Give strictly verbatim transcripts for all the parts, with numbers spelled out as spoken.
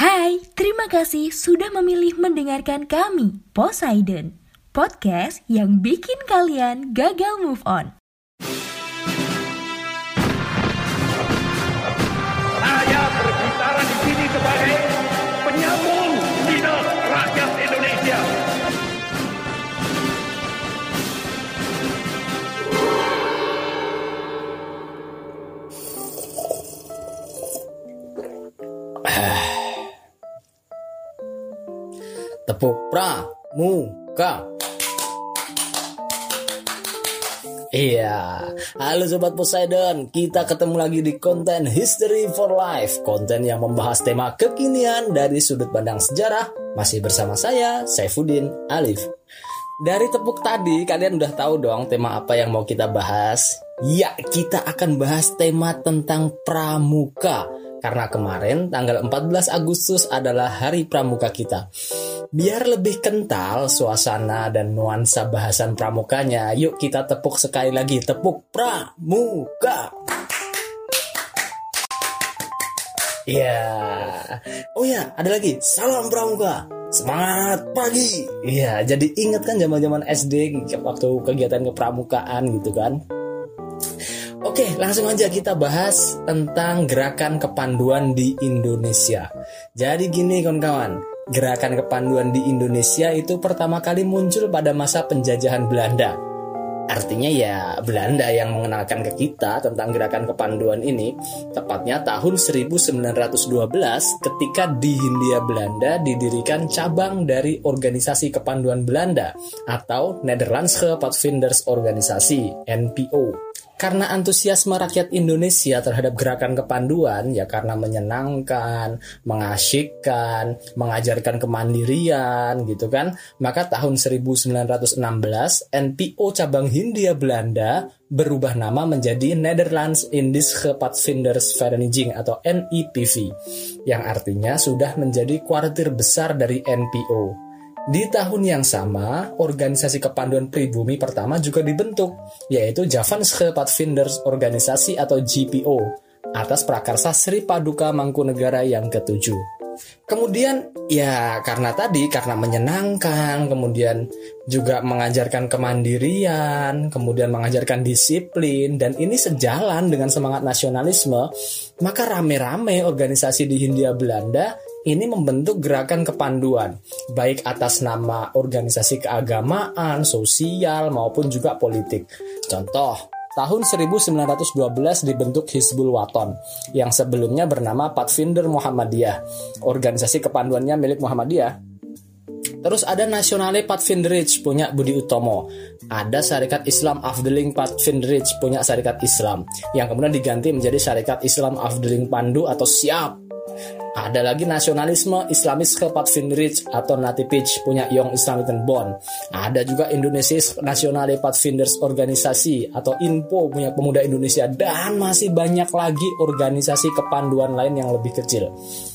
Hai, terima kasih sudah memilih mendengarkan kami, Poseidon, podcast yang bikin kalian gagal move on. Saya berbicara di sini sebagai penyambung lidah rakyat Indonesia. Tepuk pramuka. Iya, halo Sobat Poseidon, kita ketemu lagi di konten History for Life, konten yang membahas tema kekinian dari sudut pandang sejarah, masih bersama saya, Saifuddin Alif. Dari tepuk tadi, kalian udah tahu dong tema apa yang mau kita bahas? Ya, kita akan bahas tema tentang pramuka, karena kemarin tanggal empat belas Agustus adalah hari pramuka kita. Biar lebih kental suasana dan nuansa bahasan pramukanya, yuk kita tepuk sekali lagi, tepuk pramuka. Ya, oh ya, ada lagi, salam pramuka, semangat pagi. Iya, jadi ingat kan zaman-zaman S D waktu kegiatan kepramukaan gitu kan. Oke, langsung aja kita bahas tentang gerakan kepanduan di Indonesia. Jadi gini kawan-kawan, gerakan kepanduan di Indonesia itu pertama kali muncul pada masa penjajahan Belanda. Artinya ya Belanda yang mengenalkan ke kita tentang gerakan kepanduan ini, tepatnya tahun seribu sembilan ratus dua belas ketika di Hindia Belanda didirikan cabang dari Organisasi Kepanduan Belanda atau Nederlandse Padvindersorganisatie N P O. Karena antusiasme rakyat Indonesia terhadap gerakan kepanduan, ya karena menyenangkan, mengasyikkan, mengajarkan kemandirian gitu kan, maka tahun seribu sembilan ratus enam belas N P O cabang Hindia Belanda berubah nama menjadi Nederlands Indische Padvindersvereniging atau N I P V, yang artinya sudah menjadi kuartir besar dari N P O. Di tahun yang sama, organisasi kepanduan pribumi pertama juga dibentuk, yaitu Javanse Padvindersorganisatie atau J P O, atas prakarsa Sri Paduka Mangkunegara yang ketujuh. Kemudian, ya karena tadi, karena menyenangkan, kemudian juga mengajarkan kemandirian, kemudian mengajarkan disiplin, dan ini sejalan dengan semangat nasionalisme, maka rame-rame organisasi di Hindia Belanda ini membentuk gerakan kepanduan, baik atas nama organisasi keagamaan, sosial, maupun juga politik. Contoh, tahun seribu sembilan ratus dua belas dibentuk Hizbul Waton, yang sebelumnya bernama Padvinder Muhammadiyah, organisasi kepanduannya milik Muhammadiyah. Terus ada Nasionale Padvinderij punya Budi Utomo, ada Syarikat Islam Afdeling Padvinderij punya Syarikat Islam, yang kemudian diganti menjadi Syarikat Islam Afdeling Pandu atau SIAP. Ada lagi Nasionalisme Islamis Padvinderij atau Natipij punya Young Islamistenbond. Ada juga Indonesia Nasionale Padvindersorganisatie atau INPO punya Pemuda Indonesia, dan masih banyak lagi organisasi kepanduan lain yang lebih kecil.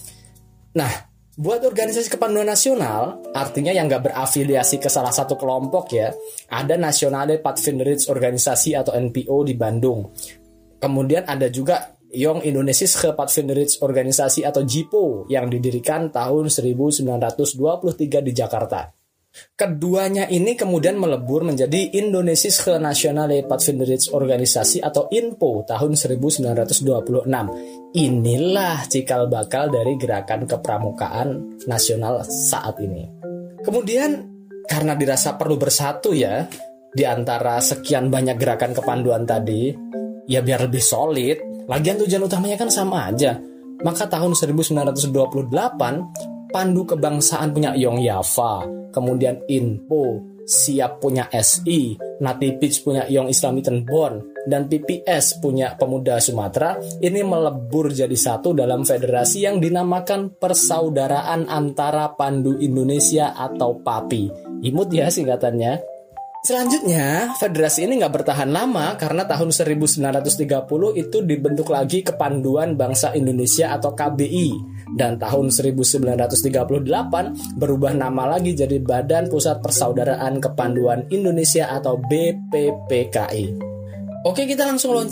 Nah, buat organisasi kepanduan nasional, artinya yang nggak berafiliasi ke salah satu kelompok ya, ada Nasionale Padvinderorganisatie atau N P O di Bandung. Kemudian ada juga Young Indonesische Padvinderorganisatie atau J P O yang didirikan tahun seribu sembilan ratus dua puluh tiga di Jakarta. Keduanya ini kemudian melebur menjadi Indonesische Nasionale Padvinderorganisatie atau INPO tahun seribu sembilan ratus dua puluh enam. Inilah cikal bakal dari gerakan kepramukaan nasional saat ini. Kemudian karena dirasa perlu bersatu ya di antara sekian banyak gerakan kepanduan tadi, ya biar lebih solid. Lagian tujuan utamanya kan sama aja. Maka tahun seribu sembilan ratus dua puluh delapan, Pandu Kebangsaan punya Young Java, kemudian INPO, SIAP punya S I, Natipij punya Young Islamistenbond, dan P P S punya Pemuda Sumatera. Ini melebur jadi satu dalam federasi yang dinamakan Persaudaraan Antara Pandu Indonesia atau PAPI. Imut ya singkatannya. Selanjutnya, federasi ini nggak bertahan lama karena tahun seribu sembilan ratus tiga puluh itu dibentuk lagi Kepanduan Bangsa Indonesia atau K B I. Dan tahun seribu sembilan ratus tiga puluh delapan berubah nama lagi jadi Badan Pusat Persaudaraan Kepanduan Indonesia atau B P P K I. Oke, kita langsung loncat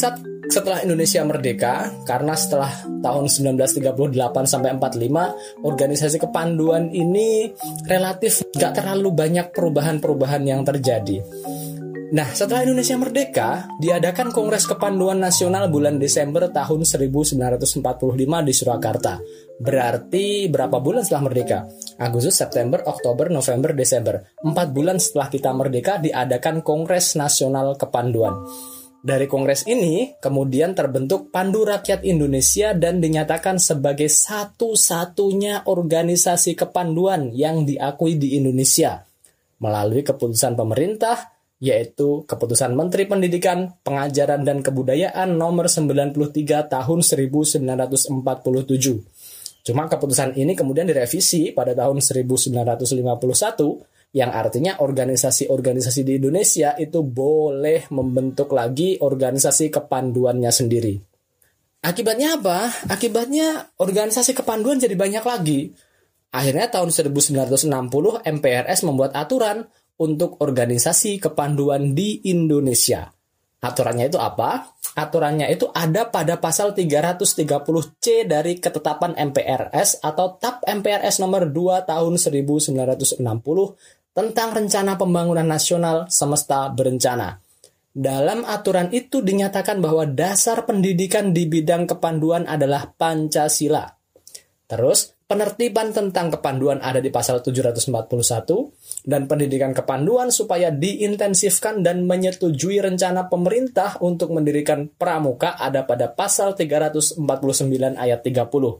setelah Indonesia merdeka, karena setelah tahun sembilan belas tiga puluh delapan sampai empat puluh lima, organisasi kepanduan ini relatif gak terlalu banyak perubahan-perubahan yang terjadi. Nah, setelah Indonesia merdeka, diadakan Kongres Kepanduan Nasional bulan Desember tahun seribu sembilan ratus empat puluh lima di Surakarta. Berarti berapa bulan setelah merdeka? Agustus, September, Oktober, November, Desember. Empat bulan setelah kita merdeka diadakan Kongres Nasional Kepanduan. Dari kongres ini kemudian terbentuk Pandu Rakyat Indonesia dan dinyatakan sebagai satu-satunya organisasi kepanduan yang diakui di Indonesia melalui keputusan pemerintah, yaitu Keputusan Menteri Pendidikan, Pengajaran dan Kebudayaan nomor sembilan puluh tiga tahun seribu sembilan ratus empat puluh tujuh. Cuma keputusan ini kemudian direvisi pada tahun seribu sembilan ratus lima puluh satu, yang artinya organisasi-organisasi di Indonesia itu boleh membentuk lagi organisasi kepanduannya sendiri. Akibatnya apa? Akibatnya organisasi kepanduan jadi banyak lagi. Akhirnya tahun seribu sembilan ratus enam puluh M P R S membuat aturan untuk organisasi kepanduan di Indonesia. Aturannya itu apa? Aturannya itu ada pada pasal tiga ratus tiga puluh C dari Ketetapan M P R S atau T A P M P R S nomor dua tahun seribu sembilan ratus enam puluh tentang Rencana Pembangunan Nasional Semesta Berencana. Dalam aturan itu dinyatakan bahwa dasar pendidikan di bidang kepanduan adalah Pancasila. Terus, penertiban tentang kepanduan ada di pasal tujuh ratus empat puluh satu, dan pendidikan kepanduan supaya diintensifkan dan menyetujui rencana pemerintah untuk mendirikan pramuka ada pada pasal tiga ratus empat puluh sembilan ayat tiga puluh.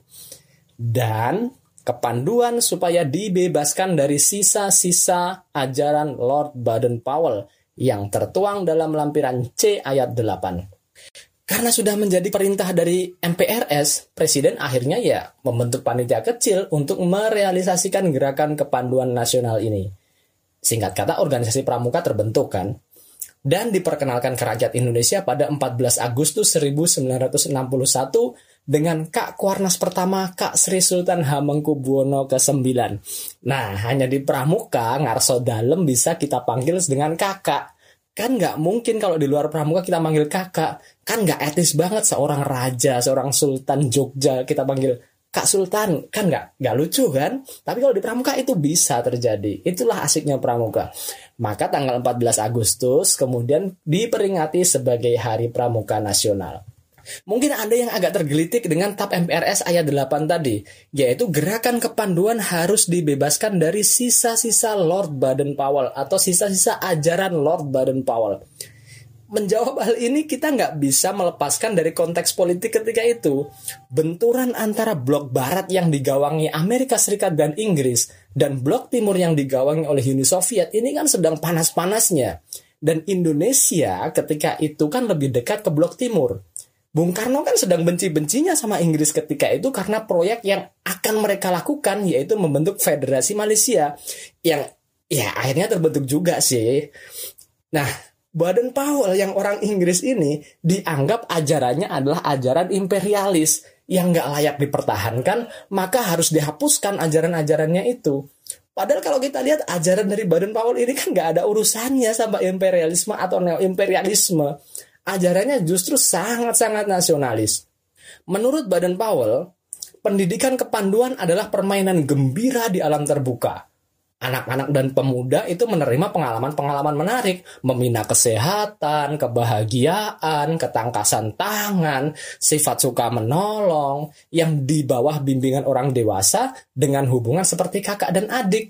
Dan kepanduan supaya dibebaskan dari sisa-sisa ajaran Lord Baden-Powell yang tertuang dalam lampiran C ayat delapan. Karena sudah menjadi perintah dari M P R S, Presiden akhirnya ya membentuk panitia kecil untuk merealisasikan gerakan kepanduan nasional ini. Singkat kata, organisasi pramuka terbentuk kan, dan diperkenalkan ke rakyat Indonesia pada empat belas Agustus seribu sembilan ratus enam puluh satu dengan Kak Kuarnas pertama Kak Sri Sultan Hamengkubuwono kesembilan. Nah, hanya di pramuka Ngarso Dalem bisa kita panggil dengan kakak. Kan nggak mungkin kalau di luar pramuka kita panggil kakak. Kan nggak etis banget seorang raja, seorang sultan Jogja kita panggil Kak Sultan. Kan nggak nggak lucu kan? Tapi kalau di pramuka itu bisa terjadi. Itulah asiknya pramuka. Maka tanggal empat belas Agustus kemudian diperingati sebagai Hari Pramuka Nasional. Mungkin ada yang agak tergelitik dengan T A P M P R S ayat delapan tadi, yaitu gerakan kepanduan harus dibebaskan dari sisa-sisa Lord Baden-Powell atau sisa-sisa ajaran Lord Baden-Powell. Menjawab hal ini kita nggak bisa melepaskan dari konteks politik ketika itu. Benturan antara blok barat yang digawangi Amerika Serikat dan Inggris dan blok timur yang digawangi oleh Uni Soviet ini kan sedang panas-panasnya. Dan Indonesia ketika itu kan lebih dekat ke blok timur. Bung Karno kan sedang benci-bencinya sama Inggris ketika itu karena proyek yang akan mereka lakukan, yaitu membentuk Federasi Malaysia yang ya akhirnya terbentuk juga sih. Nah, Baden-Powell yang orang Inggris ini dianggap ajarannya adalah ajaran imperialis yang gak layak dipertahankan, maka harus dihapuskan ajaran-ajarannya itu. Padahal kalau kita lihat ajaran dari Baden-Powell ini kan gak ada urusannya sama imperialisme atau neo-imperialisme. Ajarannya justru sangat-sangat nasionalis. Menurut Baden-Powell, pendidikan kepanduan adalah permainan gembira di alam terbuka. Anak-anak dan pemuda itu menerima pengalaman-pengalaman menarik, membina kesehatan, kebahagiaan, ketangkasan tangan, sifat suka menolong, yang di bawah bimbingan orang dewasa dengan hubungan seperti kakak dan adik.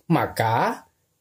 Maka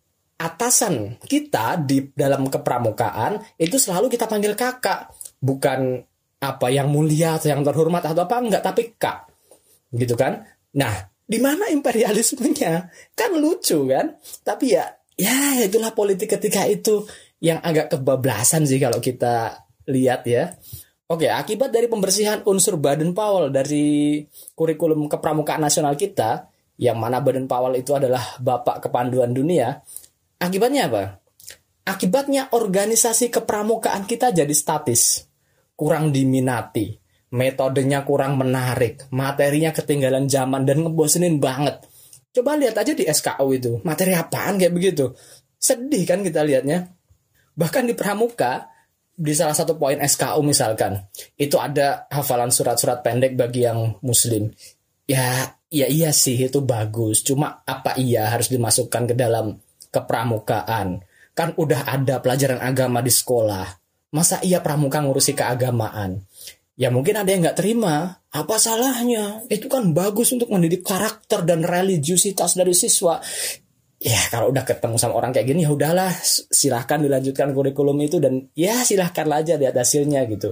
atasan kita di dalam kepramukaan itu selalu kita panggil kakak, bukan apa yang mulia atau yang terhormat atau apa, enggak, tapi kak, gitu kan? Nah, di mana imperialismenya? Kan lucu kan? Tapi ya, ya itulah politik ketika itu yang agak kebablasan sih kalau kita lihat ya. Oke, akibat dari pembersihan unsur Baden-Powell dari kurikulum kepramukaan nasional kita, yang mana Baden-Powell itu adalah bapak kepanduan dunia. Akibatnya apa? Akibatnya organisasi kepramukaan kita jadi statis, kurang diminati, metodenya kurang menarik, materinya ketinggalan zaman dan ngebosenin banget. Coba lihat aja di S K U itu, materi apaan kayak begitu? Sedih kan kita lihatnya. Bahkan di pramuka, di salah satu poin S K U misalkan, itu ada hafalan surat-surat pendek bagi yang muslim. Ya, ya iya sih itu bagus. Cuma apa iya harus dimasukkan ke dalam kepramukaan? Kan udah ada pelajaran agama di sekolah. Masa iya pramuka ngurusi keagamaan? Ya mungkin ada yang nggak terima. Apa salahnya? Itu kan bagus untuk mendidik karakter dan religiusitas dari siswa. Ya kalau udah ketemu sama orang kayak gini ya udahlah, silahkan dilanjutkan kurikulum itu dan ya silahkan aja lihat hasilnya gitu.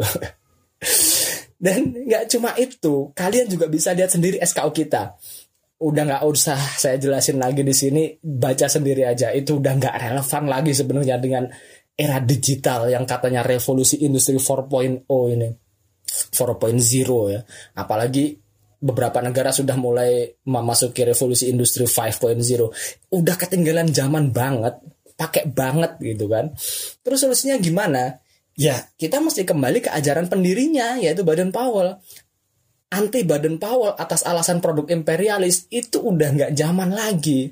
Dan nggak cuma itu, kalian juga bisa lihat sendiri S K U kita. Udah nggak usah saya jelasin lagi di sini, baca sendiri aja. Itu udah nggak relevan lagi sebenarnya dengan era digital yang katanya revolusi industri empat titik nol ini, empat titik nol ya. Apalagi beberapa negara sudah mulai memasuki revolusi industri lima titik nol. Udah ketinggalan zaman banget, pakai banget gitu kan. Terus solusinya gimana? Ya, kita mesti kembali ke ajaran pendirinya, yaitu Baden-Powell. Anti Baden-Powell atas alasan produk imperialis itu udah nggak zaman lagi.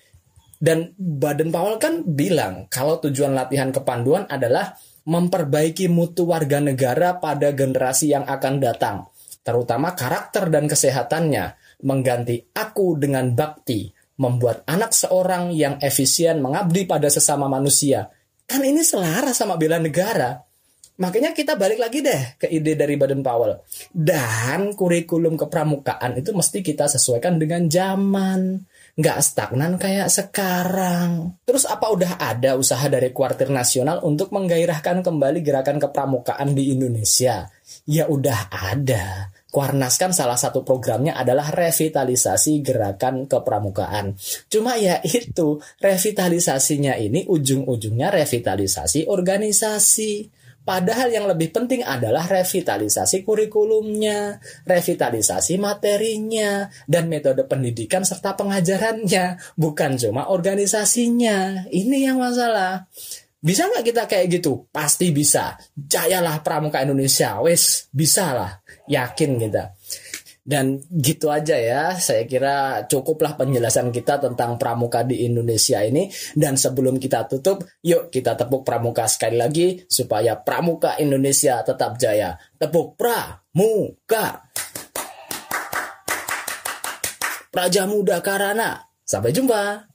Dan Baden-Powell kan bilang kalau tujuan latihan kepanduan adalah memperbaiki mutu warga negara pada generasi yang akan datang, terutama karakter dan kesehatannya, mengganti aku dengan bakti, membuat anak seorang yang efisien mengabdi pada sesama manusia. Kan ini selaras sama bela negara. Makanya kita balik lagi deh ke ide dari Baden-Powell. Dan kurikulum kepramukaan itu mesti kita sesuaikan dengan zaman. Nggak stagnan kayak sekarang. Terus apa udah ada usaha dari Kuartir Nasional untuk menggairahkan kembali gerakan kepramukaan di Indonesia? Ya udah ada. Kuarnas kan salah satu programnya adalah revitalisasi gerakan kepramukaan. Cuma ya itu, revitalisasinya ini ujung-ujungnya revitalisasi organisasi. Padahal yang lebih penting adalah revitalisasi kurikulumnya, revitalisasi materinya, dan metode pendidikan serta pengajarannya, bukan cuma organisasinya. Ini yang masalah. Bisa nggak kita kayak gitu? Pasti bisa. Jayalah Pramuka Indonesia, wes bisa lah, yakin kita. Dan gitu aja ya, saya kira cukuplah penjelasan kita tentang pramuka di Indonesia ini. Dan sebelum kita tutup, yuk kita tepuk pramuka sekali lagi supaya pramuka Indonesia tetap jaya. Tepuk pramuka. Praja Muda Karana. Sampai jumpa.